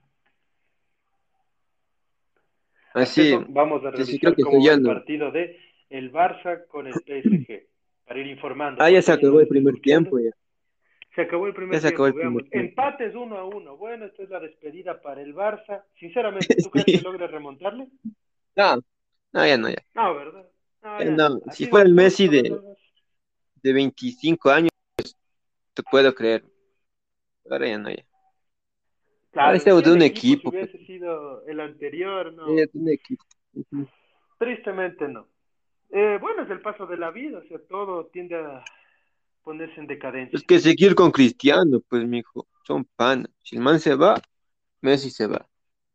Hasta Así, eso, vamos a sí, sí, creo revisar que cómo estoy va yo, el ¿no? partido de el Barça con el P S G, para ir informando Ah, ya por si se alguien acabó nos el está primer escuchando. tiempo ya. Se acabó el Ya primer se acabó tiempo, el primer veamos. tiempo. Empates uno a uno. Bueno, esta es la despedida para el Barça. Sinceramente, ¿tú crees que Sí. logre remontarle? No, no, ya no, ya. No, ¿verdad? No, Ya ya no. no. Ha Si sido fuera un el Messi gusto de, verlos. de veinticinco años, te puedo creer. Ahora ya no, ya. Ahora Claro, sea de si el un equipo si equipo, pues. hubiese sido el anterior, Sí, de no. un equipo. Ujú. Tristemente no. Eh, bueno, es el paso de la vida, o sea, todo tiende a ponerse en Es decadencia. que seguir con Cristiano, pues, mijo. Son panas. Si el man se va, Messi se va.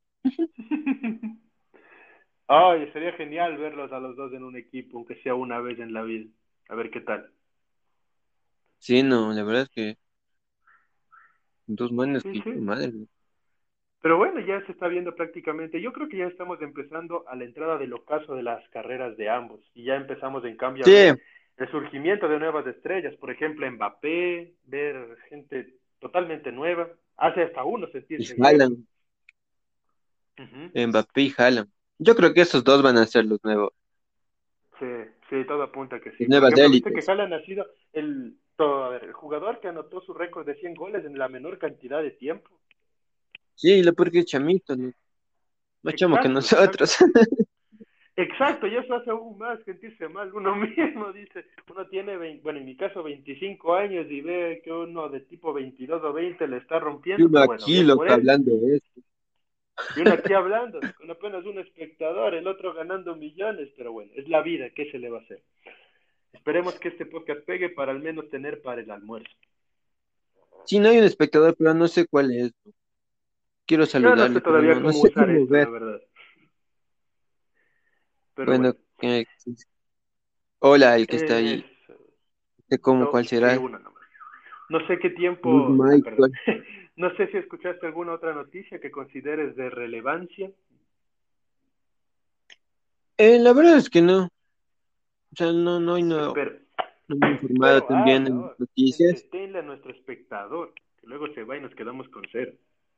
Ay, sería genial verlos a los dos en un equipo, aunque sea una vez en la vida. A ver qué tal. Sí, no, la verdad es que dos manes Sí, que hijo de sí. madre, ¿no? Pero bueno, ya se está viendo prácticamente. Yo creo que ya estamos empezando a la entrada del ocaso de las carreras de ambos. Y ya empezamos, en cambio, a Sí, ver el surgimiento de nuevas estrellas. Por ejemplo, Mbappé, ver gente totalmente nueva. Hace hasta uno y sentirse viejo. Haaland, Ujú. Mbappé y Haaland. Yo creo que esos dos van a ser los nuevos, Sí, sí, todo apunta que sí. las Por nuevas ejemplo, viste que élites. Haaland ha sido el, todo, a ver, el jugador que anotó su récord de cien goles en la menor cantidad de tiempo. Sí, lo porque es chamito, ¿no? Más chamo que Exacto, nosotros. exacto. Exacto, y eso hace aún más sentirse mal. Uno mismo dice, uno tiene, veinte, bueno, en mi caso veinticinco años y ve que uno de tipo veintidós o veinte le está Y rompiendo, uno pero bueno, aquí, bien por loco, él. hablando de esto. Y uno aquí hablando, con apenas un espectador, el otro ganando millones, pero bueno, es la vida, ¿qué se le va a hacer? Esperemos que este podcast pegue para al menos tener para el almuerzo. Sí, no hay un espectador, pero no sé cuál es. Quiero Yo no sé saludarle, pero todavía no, no cómo sé usar cómo esto, la ver. verdad. Pero Bueno, bueno, eh, hola, el que está es ahí. ¿De cómo, dos cuál y será? uno nomás. No sé qué Good tiempo, ah, perdón. Michael. No sé si escuchaste alguna otra noticia que consideres de relevancia. Eh, la verdad es que no. O sea, no, no, no, Pero, no me he informado pero también habla, en oh, noticias. entretenle a nuestro espectador, que luego se va y nos quedamos con cero.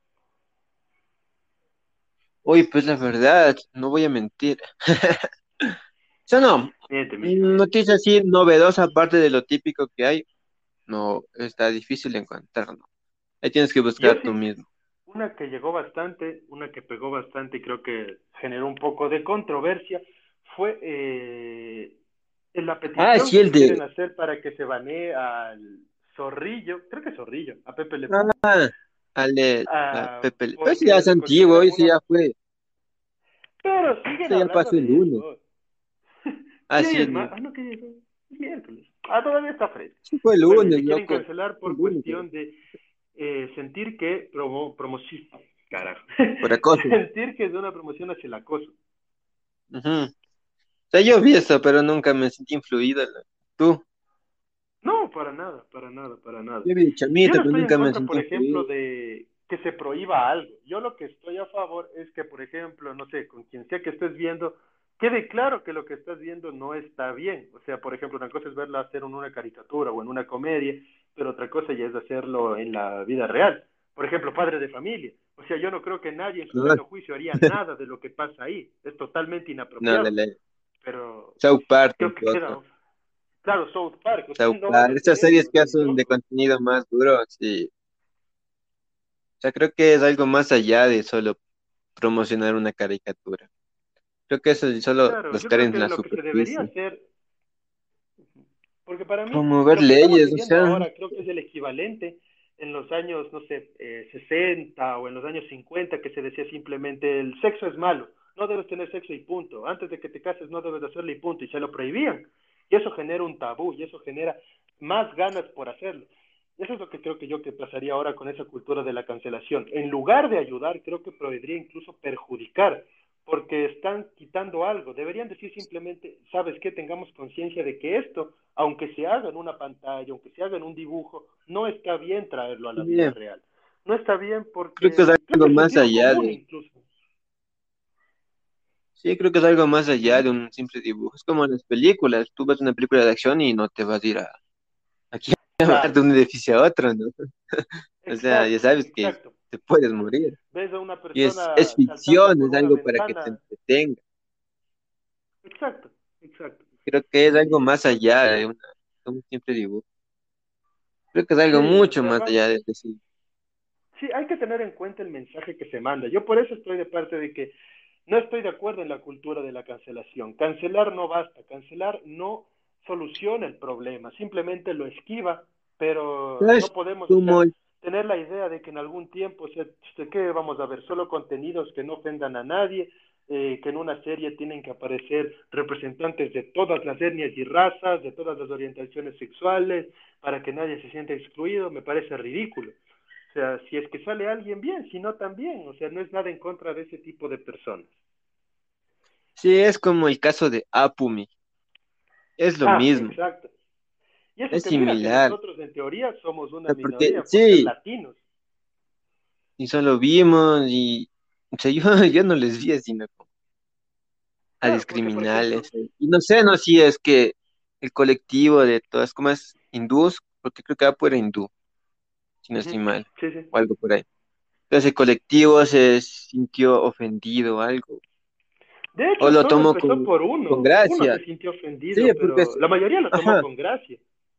Oye, pues la verdad, no voy a mentir. O sea, no, Miente, miente, miente. noticia así novedosa, aparte de lo típico que hay, no, está difícil de encontrar, ¿no? Ahí tienes que Yo buscar tú sí, mismo. una que llegó bastante, una que pegó bastante y creo que generó un poco de controversia, fue eh, en la Ah, petición sí, que el quieren de... hacer para que se banee al Zorrillo, creo que Zorrillo, a Pepe Le Pew, Ah, al de... a ah, Pepe. Le- Pero ese ya porque es le antiguo, consideran ese una... ya fue. Pero siguen Ese ya hablando pasó el de lunes. eso. Ah, Sí, sí, es el más, lunes. ah, no, que es miércoles. Ah, todavía está fresco. Sí, fue el Bueno, y lunes, le quieren loco. cancelar Fue el por lunes, creo. cuestión de eh, sentir que promo, promoción, carajo, Por acoso. sentir que es una promoción hacia el acoso. Ujú. O sea, yo vi eso, pero nunca me sentí influido. ¿No? Tú, No, para nada, para nada, para nada. yo vi de Yo chamita, no pero estoy en nunca me contra, sentí por ejemplo, influido. de que se prohíba algo. Yo lo que estoy a favor es que, por ejemplo, no sé, con quien sea que estés viendo, quede claro que lo que estás viendo no está bien. O sea, por ejemplo, una cosa es verla hacer en una caricatura o en una comedia, pero otra cosa ya es hacerlo en la vida real. Por ejemplo, Padre de Familia. O sea, yo no creo que nadie en su No, sano juicio haría nada de lo que pasa ahí. Es totalmente no, de inapropiado. ley. Pero South Park creo que queda, tampoco. claro, South Park, o sea, South no van Park. a Estas hacer series eso, que ni hacen de loco. contenido más duro, sí. O sea, creo que es algo más allá de solo promocionar una caricatura. Creo que eso es solo Claro, los yo caer creo en que la lo que se debería superficie. hacer, porque para mí Promover lo que estamos leyes, o viviendo sea, ahora creo que es el equivalente en los años, no sé, eh, sesenta o en los años cincuenta que se decía simplemente el sexo es malo, no debes tener sexo y punto, antes de que te cases no debes hacerlo y punto, y se lo prohibían. Y eso genera un tabú y eso genera más ganas por hacerlo. Eso es lo que creo que yo que pasaría ahora con esa cultura de la cancelación. En lugar de ayudar, creo que podría incluso perjudicar, porque están quitando algo. Deberían decir simplemente, ¿sabes qué? Tengamos conciencia de que esto, aunque se haga en una pantalla, aunque se haga en un dibujo, no está bien traerlo a la vida sí, real. No está bien creo que es porque creo que algo es más sentido allá común de, incluso. sí, creo que es algo más allá Ujú. de un simple dibujo. Es como en las películas, tú ves una película de acción y no te vas a ir a, aquí a bajar Claro, de un edificio a otro, ¿no? O sea, ya exacto, sabes que exacto. te puedes morir. Ves a una Y es, es persona saltando ficción, por es una algo para que te ventana. entretenga. Exacto, exacto. Creo que es algo Y más creo que allá sí, de, una, de un simple dibujo. Creo que es Sí, algo o mucho sea, más va, allá de decir. sí, hay que tener en cuenta el mensaje que se manda. Yo por eso estoy de parte de que no estoy de acuerdo en la cultura de la cancelación. Cancelar no basta, cancelar no soluciona el problema, simplemente lo esquiva, pero ¿Sabes no podemos, o cómo? sea, tener la idea de que en algún tiempo, o sea, ¿qué vamos a ver? Solo contenidos que no ofendan a nadie, eh, que en una serie tienen que aparecer representantes de todas las etnias y razas, de todas las orientaciones sexuales, para que nadie se sienta excluido, me parece ridículo. O sea, si es que sale alguien bien, si no también, o sea, no es nada en contra de ese tipo de personas. Sí, es como el caso de Apumi. Es lo Ah, mismo, exacto. Y eso es que mira, que similar. nosotros en teoría somos O una sea, porque minoría por ser sí, latinos. y solo vimos y o sea, yo, yo no les vi así, ¿no? A Claro, porque por ejemplo, discriminarles. eh. Y no sé, no si es que el colectivo de todas, como es hindús, porque creo que Apu era hindú, si no uh -huh, estoy mal, sí, sí. o algo por ahí. Entonces el colectivo se sintió ofendido o algo, De o hecho, lo solo tomó empezó con, por con uno. Uno gracia. se sintió Sí, ofendido, porque pero es, la mayoría lo tomó ajá, con gracia.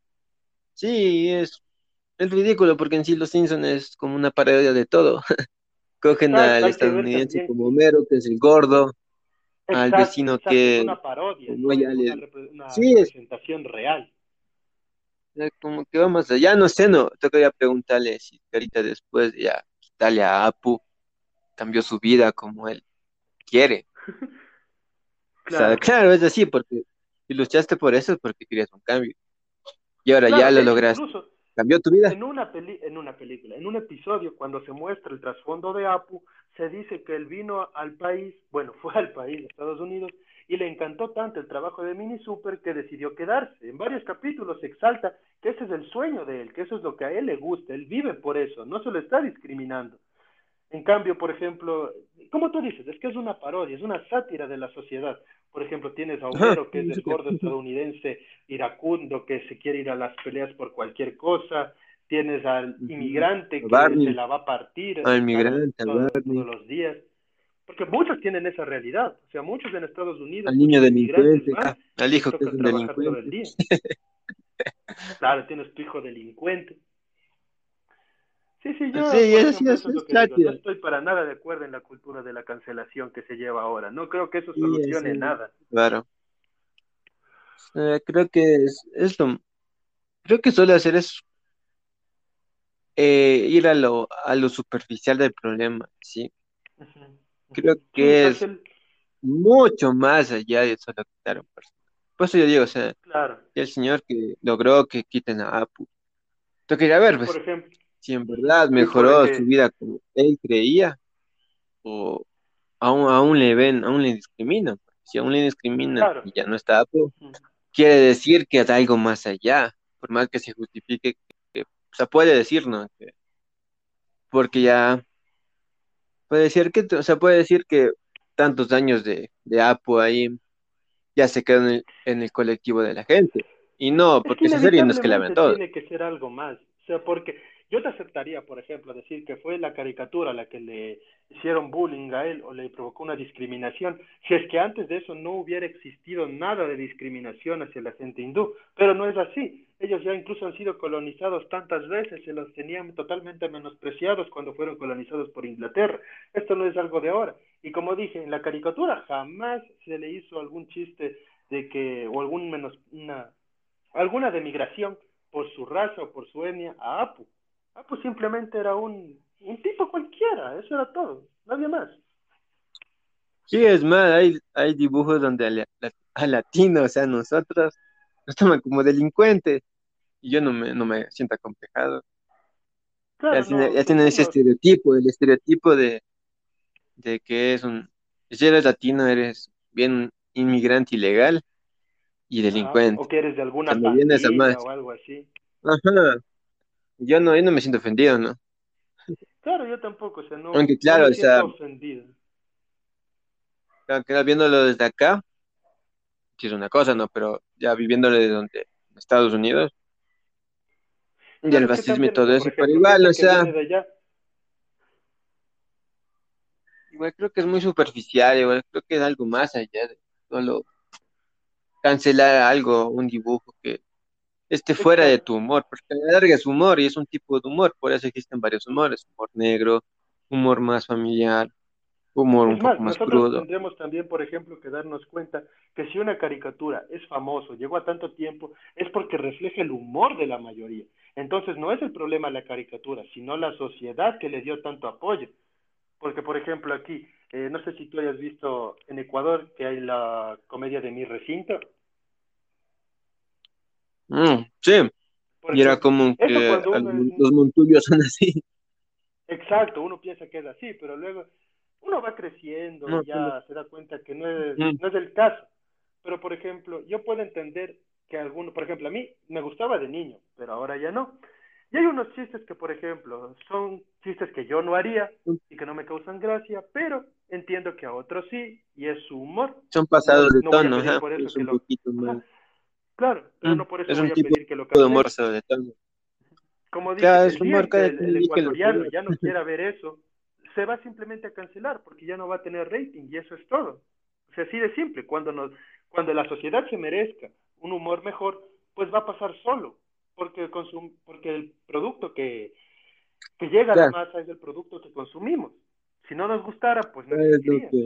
sí, es, es ridículo porque en sí Los Simpsons es como una parodia de todo. Cogen Exacto, al hay que ver estadounidense también. como Homero, que es el gordo, al Exacto, vecino exacto, es que, una parodia, como no ya es una, le... repre una Sí, es representación real. eh, como que vamos allá, no sé, no, tocaría preguntarle si ahorita después de ya quitarle a Apu, cambió su vida como él quiere. O sea, Claro. claro, es así, porque si luchaste por eso es porque querías un cambio. Y ahora ya Claro, lo de hecho, lograste. incluso ¿Cambió tu vida? en una, peli en una película, en un episodio, cuando se muestra el trasfondo de Apu, se dice que él vino al país, bueno, fue al país, de Estados Unidos, y le encantó tanto el trabajo de Mini Super que decidió quedarse. En varios capítulos se exalta que ese es el sueño de él, que eso es lo que a él le gusta, él vive por eso, no se lo está discriminando. En cambio, por ejemplo, como tú dices, es que es una parodia, es una sátira de la sociedad. Por ejemplo, tienes a Ajá, Homero, que es no sé el qué. gordo estadounidense iracundo que se quiere ir a las peleas por cualquier cosa. Tienes al Ujú. inmigrante A que se Barney, la va a partir al cada, migrante, a todo, todos Barney, los días. Porque muchos tienen esa realidad. O sea, muchos en Estados Unidos, al niño muchos inmigrantes delincuente, van ah, al y les hijo que es toca un trabajar todo el delincuente. día. Claro, tienes tu hijo delincuente. Sí, sí, Sí, yo, por es así, ejemplo, es, eso es es lo que digo. No sátira. estoy para nada de acuerdo en la cultura de la cancelación que se lleva ahora. No creo que eso Sí, es, solucione es- nada. claro. Eh, creo que es, es lo, creo que suele hacer es eh, ir a lo, a lo superficial del problema, ¿sí? Ujú, Creo ujú. Sí, que es hace el... mucho más allá de solo quitar a un personaje. Por eso yo digo, o sea, Claro. el señor que logró que quiten a Apu. Yo quería ver, Sí, por pues, ejemplo. si en Ujú. verdad Sí, mejoró su porque... vida como él creía, o aún, aún le ven, aún le discriminan. Si aún le discriminan Claro. y ya no está Apu, Ujú. quiere decir que hay algo más allá, por más que se justifique, que, o sea, puede decir, ¿no? Que- porque ya puede decir que, o sea, puede decir que tantos años de, de Apu ahí ya se quedó en el, en el colectivo de la gente. Y no, Es que porque esa serie no es que la vean inevitablemente todos. tiene que ser algo más. O sea, porque yo te aceptaría, por ejemplo, decir que fue la caricatura la que le hicieron bullying a él o le provocó una discriminación, si es que antes de eso no hubiera existido nada de discriminación hacia la gente hindú. Pero no es así. Ellos ya incluso han sido colonizados tantas veces, se los tenían totalmente menospreciados cuando fueron colonizados por Inglaterra. Esto no es algo de ahora. Y como dije, en la caricatura jamás se le hizo algún chiste de que, o algún menos, una alguna demigración por su raza o por su etnia a Apu. Apu simplemente era un, un tipo cualquiera, eso era todo, nadie más. Sí, es más, hay, hay dibujos donde a, la- la- a latino, o sea, nosotros nos toman como delincuentes y yo no me, no me siento acomplejado. Ya Claro, tiene, no, ya que tienen no ese nos... estereotipo, el estereotipo de, de que es un, si eres latino, eres bien inmigrante ilegal y Ajá, delincuente. o que eres de alguna Cuando vienes a pandilla más, o algo así. ajá, yo no, yo no me siento ofendido, ¿no? Claro, yo tampoco, o sea, no, Aunque no claro, me o sea, siento ofendido. aunque viéndolo desde acá, sí es una cosa, ¿no? Pero ya viviéndolo de donde, en Estados Unidos, y Claro, el es que racismo y también, o todo sea, por eso, pero ejemplo, igual, o gente que sea, viene de allá, igual creo que es muy superficial, igual creo que es algo más allá de solo cancelar algo, un dibujo que esté fuera de Exacto. tu humor, porque a la larga es humor y es un tipo de humor, por eso existen varios humores, humor negro, humor más familiar, humor un Es poco más, más nosotros crudo. tendremos también, por ejemplo, que darnos cuenta que si una caricatura es famoso, llegó a tanto tiempo, es porque refleja el humor de la mayoría. Entonces no es el problema la caricatura, sino la sociedad que le dio tanto apoyo. Porque, por ejemplo, aquí, eh, no sé si tú hayas visto en Ecuador que hay la comedia de Mi Recinto. Mm, sí, Por y era ejemplo, como eso que cuando a uno los, es. los montuyos son así. Exacto, uno piensa que es así, pero luego uno va creciendo No, y son- ya se da cuenta que no es, mm, no es el caso. Pero, por ejemplo, yo puedo entender que alguno, por ejemplo, a mí me gustaba de niño, pero ahora ya no. Y hay unos chistes que, por ejemplo, son chistes que yo no haría y que no me causan gracia, pero entiendo que a otros sí, y es su humor. son No, pasados de no voy a tono, pedir ajá, por eso es que un lo. poquito más. Ajá, claro, pero Mm, no por eso es un voy a tipo pedir que lo de humor cancelen. pasado de tono. Como dice Claro, es el día humor, en que cada el, quien el elige lo que ecuatoriano ve. ya no quiera ver eso, se va simplemente a cancelar porque ya no va a tener rating y eso es todo. O sea, así de simple. Cuando, nos, cuando la sociedad se merezca un humor mejor, pues va a pasar solo, porque, consum, porque el producto que, que llega a la Claro, masa es el producto que consumimos. Si no nos gustara, pues no es lo existiría. que,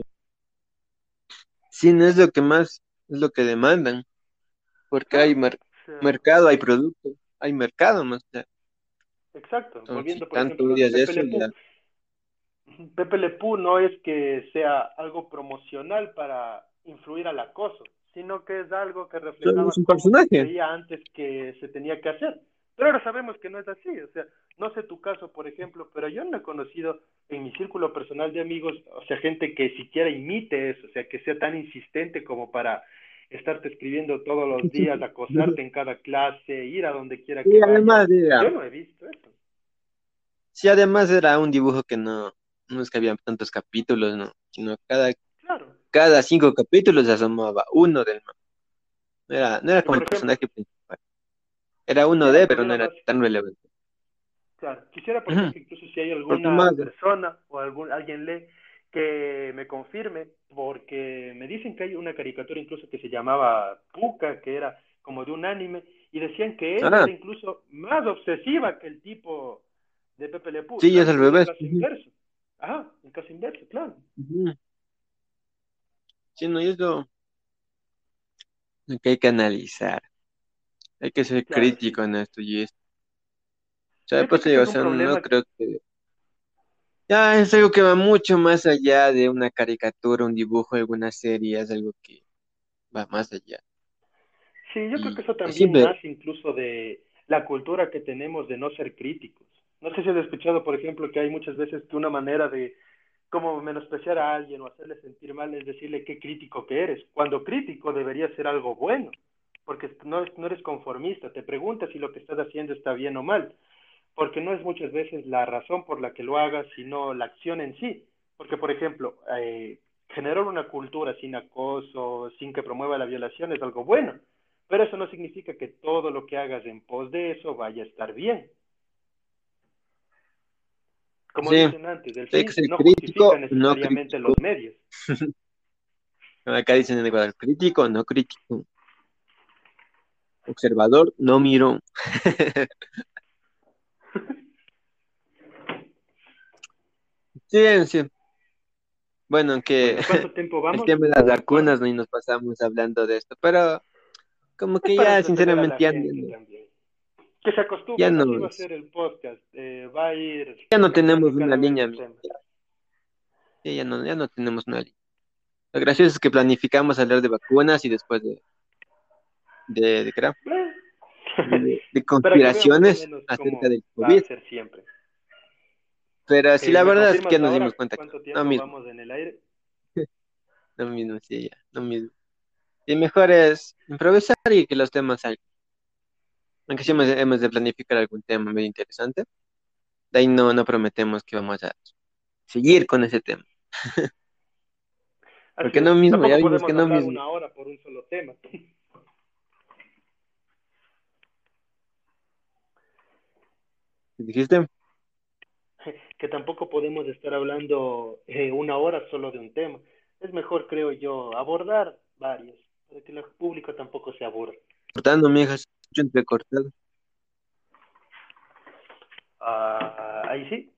sí, no es lo que más, es lo que demandan, porque hay Claro, mer- o sea, mercado, hay producto, hay mercado más. Ya. exacto. Entonces, si Volviendo, por tanto ejemplo, a lo de odias Pepe eso, Le ya Pew. Pepe Le Pew no es que sea algo promocional para influir al acoso, sino que es algo que solo es reflejaba un cómo se personaje. creía antes que se tenía que hacer. Pero ahora sabemos que no es así, o sea, no sé tu caso, por ejemplo, pero yo no he conocido en mi círculo personal de amigos, o sea, gente que siquiera imite eso, o sea, que sea tan insistente como para estarte escribiendo todos los días, acosarte en cada clase, ir a donde quiera que Sí, vayas. además era, Yo no he visto eso. sí, además era un dibujo que no, no es que había tantos capítulos, no, sino cada, Claro. cada cinco capítulos se asomaba uno del man. No era, no era Y como por el ejemplo, personaje principal. Era uno quisiera de, pero poner no a era más. tan relevante. Claro, quisiera, por Ujú. ejemplo, incluso si hay Porque alguna más, persona o algún alguien lee que me confirme, porque me dicen que hay una caricatura incluso que se llamaba Puka, que era como de un anime, y decían que ella ah, era incluso más obsesiva que el tipo de Pepe Le Pew, sí, es al tanto el revés. caso Ujú, inverso. Ajá, el caso inverso, claro. ujú. Sí, no, y es lo, lo que hay que analizar. Hay que ser Claro, crítico sí. en esto y esto. O sea, Yo pues creo que digo, ese o es un sea, no problema. creo que... Ya es algo que va mucho más allá de una caricatura, un dibujo, alguna serie, es algo que va más allá. Sí, yo creo que Y eso así también ver, nace incluso de la cultura que tenemos de no ser críticos. No sé si has escuchado, por ejemplo, que hay muchas veces que una manera de como menospreciar a alguien o hacerle sentir mal es decirle qué crítico que eres, cuando crítico debería ser algo bueno, porque no, no eres conformista, te preguntas si lo que estás haciendo está bien o mal, porque no es muchas veces la razón por la que lo hagas, sino la acción en sí. Porque, por ejemplo, eh, generar una cultura sin acoso, sin que promueva la violación es algo bueno, pero eso no significa que todo lo que hagas en pos de eso vaya a estar bien. Como sí, dicen antes, el hay que fin ser no justifica crítico, no necesariamente crítico. los medios. Acá dicen en Ecuador, crítico, no crítico. Observador, no miro. Sí, sí. Bueno, aunque Bueno, ¿cuánto tiempo el vamos? tema de las Perdón. vacunas, no y nos pasamos hablando de esto, pero como Es que para ya, entretener a sinceramente, la ya, gente no, también. Que se ya acostumbren, así va a nos, ser el podcast. Eh, va a ir ya no tenemos cambiando una cada vez línea, de amigo. tema. Ya, ya no, ya no tenemos una línea. Lo gracioso es que planificamos hablar de vacunas y después de, de, de, ¿qué era? Bueno, de, de para que vean más o conspiraciones menos acerca cómo del va COVID. a ser siempre. Pero sí, Eh, la ¿me verdad es que ya confirmas la nos dimos hora? cuenta que ¿Cuánto no tiempo mismo, vamos en el aire? no mismo, sí, ya, no mismo. Y mejor es improvisar y que los temas salgan. Aunque sí hemos, hemos de planificar algún tema medio interesante. De ahí no, no prometemos que vamos a seguir con ese tema. Así Porque es. no mismo, ya Tampoco vimos que podemos no hablar mismo. una hora por un solo tema. ¿Dijiste? Que tampoco podemos estar hablando eh, una hora solo de un tema. Es mejor, creo yo, abordar varios, para que el público tampoco se aburra. Cortando, mijas. Mucho entrecortado. Ah, ahí sí.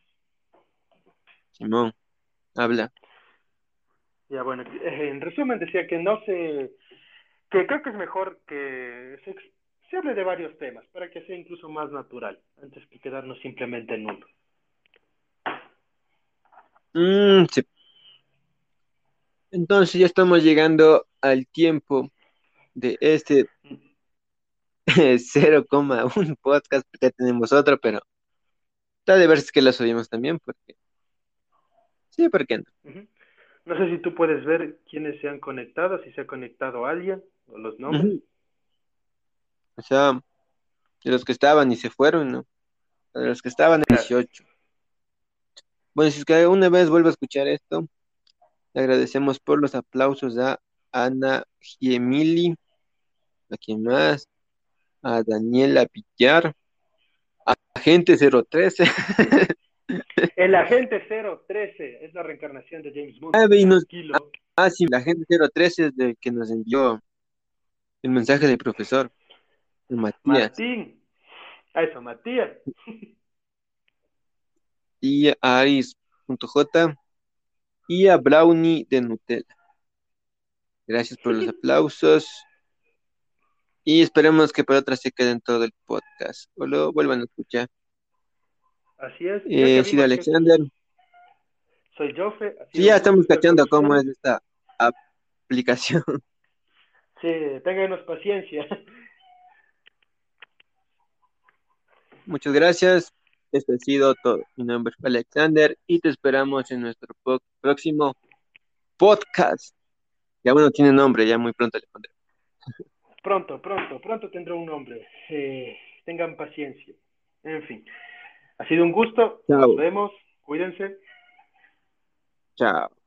Simón, habla. Ya bueno, eh, en resumen decía que no se, que creo que es mejor que se, ex- se hable de varios temas para que sea incluso más natural, antes que quedarnos simplemente en uno. Mm, sí. Entonces ya estamos llegando al tiempo de este cero coma uno podcast, porque ya tenemos otro, pero está de ver si es que lo subimos también, porque sí, ¿por qué no? Ujú. No sé si tú puedes ver quiénes se han conectado, si se ha conectado alguien, o los nombres. Ujú. O sea, de los que estaban y se fueron, ¿no? De los que estaban, Claro. dieciocho. Bueno, si es que una vez vuelvo a escuchar esto, le agradecemos por los aplausos a Ana Giemili, a quien más, a Daniela Villar, a Agente cero trece. El agente cero trece es la reencarnación de James Bond. Ah, ve y nos- Tranquilo. ah, sí, la gente cero trece es de que nos envió el mensaje del profesor, el Matías, Martín. A eso, Matías. y a Aris.j y a Brownie de Nutella. Gracias por los aplausos y esperemos que para otras se queden todo el podcast o lo vuelvan a escuchar. Así es. Ya Eh, que he sido vimos que Alexander. aquí soy Jofe, ha Sí, sido ya un gusto estamos estar con cachando cómo ustedes. es esta aplicación. Sí, ténganos paciencia. Muchas gracias. Esto ha sido todo. Mi nombre es Alexander y te esperamos en nuestro po- próximo podcast. Ya bueno, tiene nombre, ya muy pronto le pondré. Pronto, pronto, pronto tendrá un nombre. Eh, tengan paciencia. En fin, ha sido un gusto. Nos Chao, vemos. Cuídense. chao.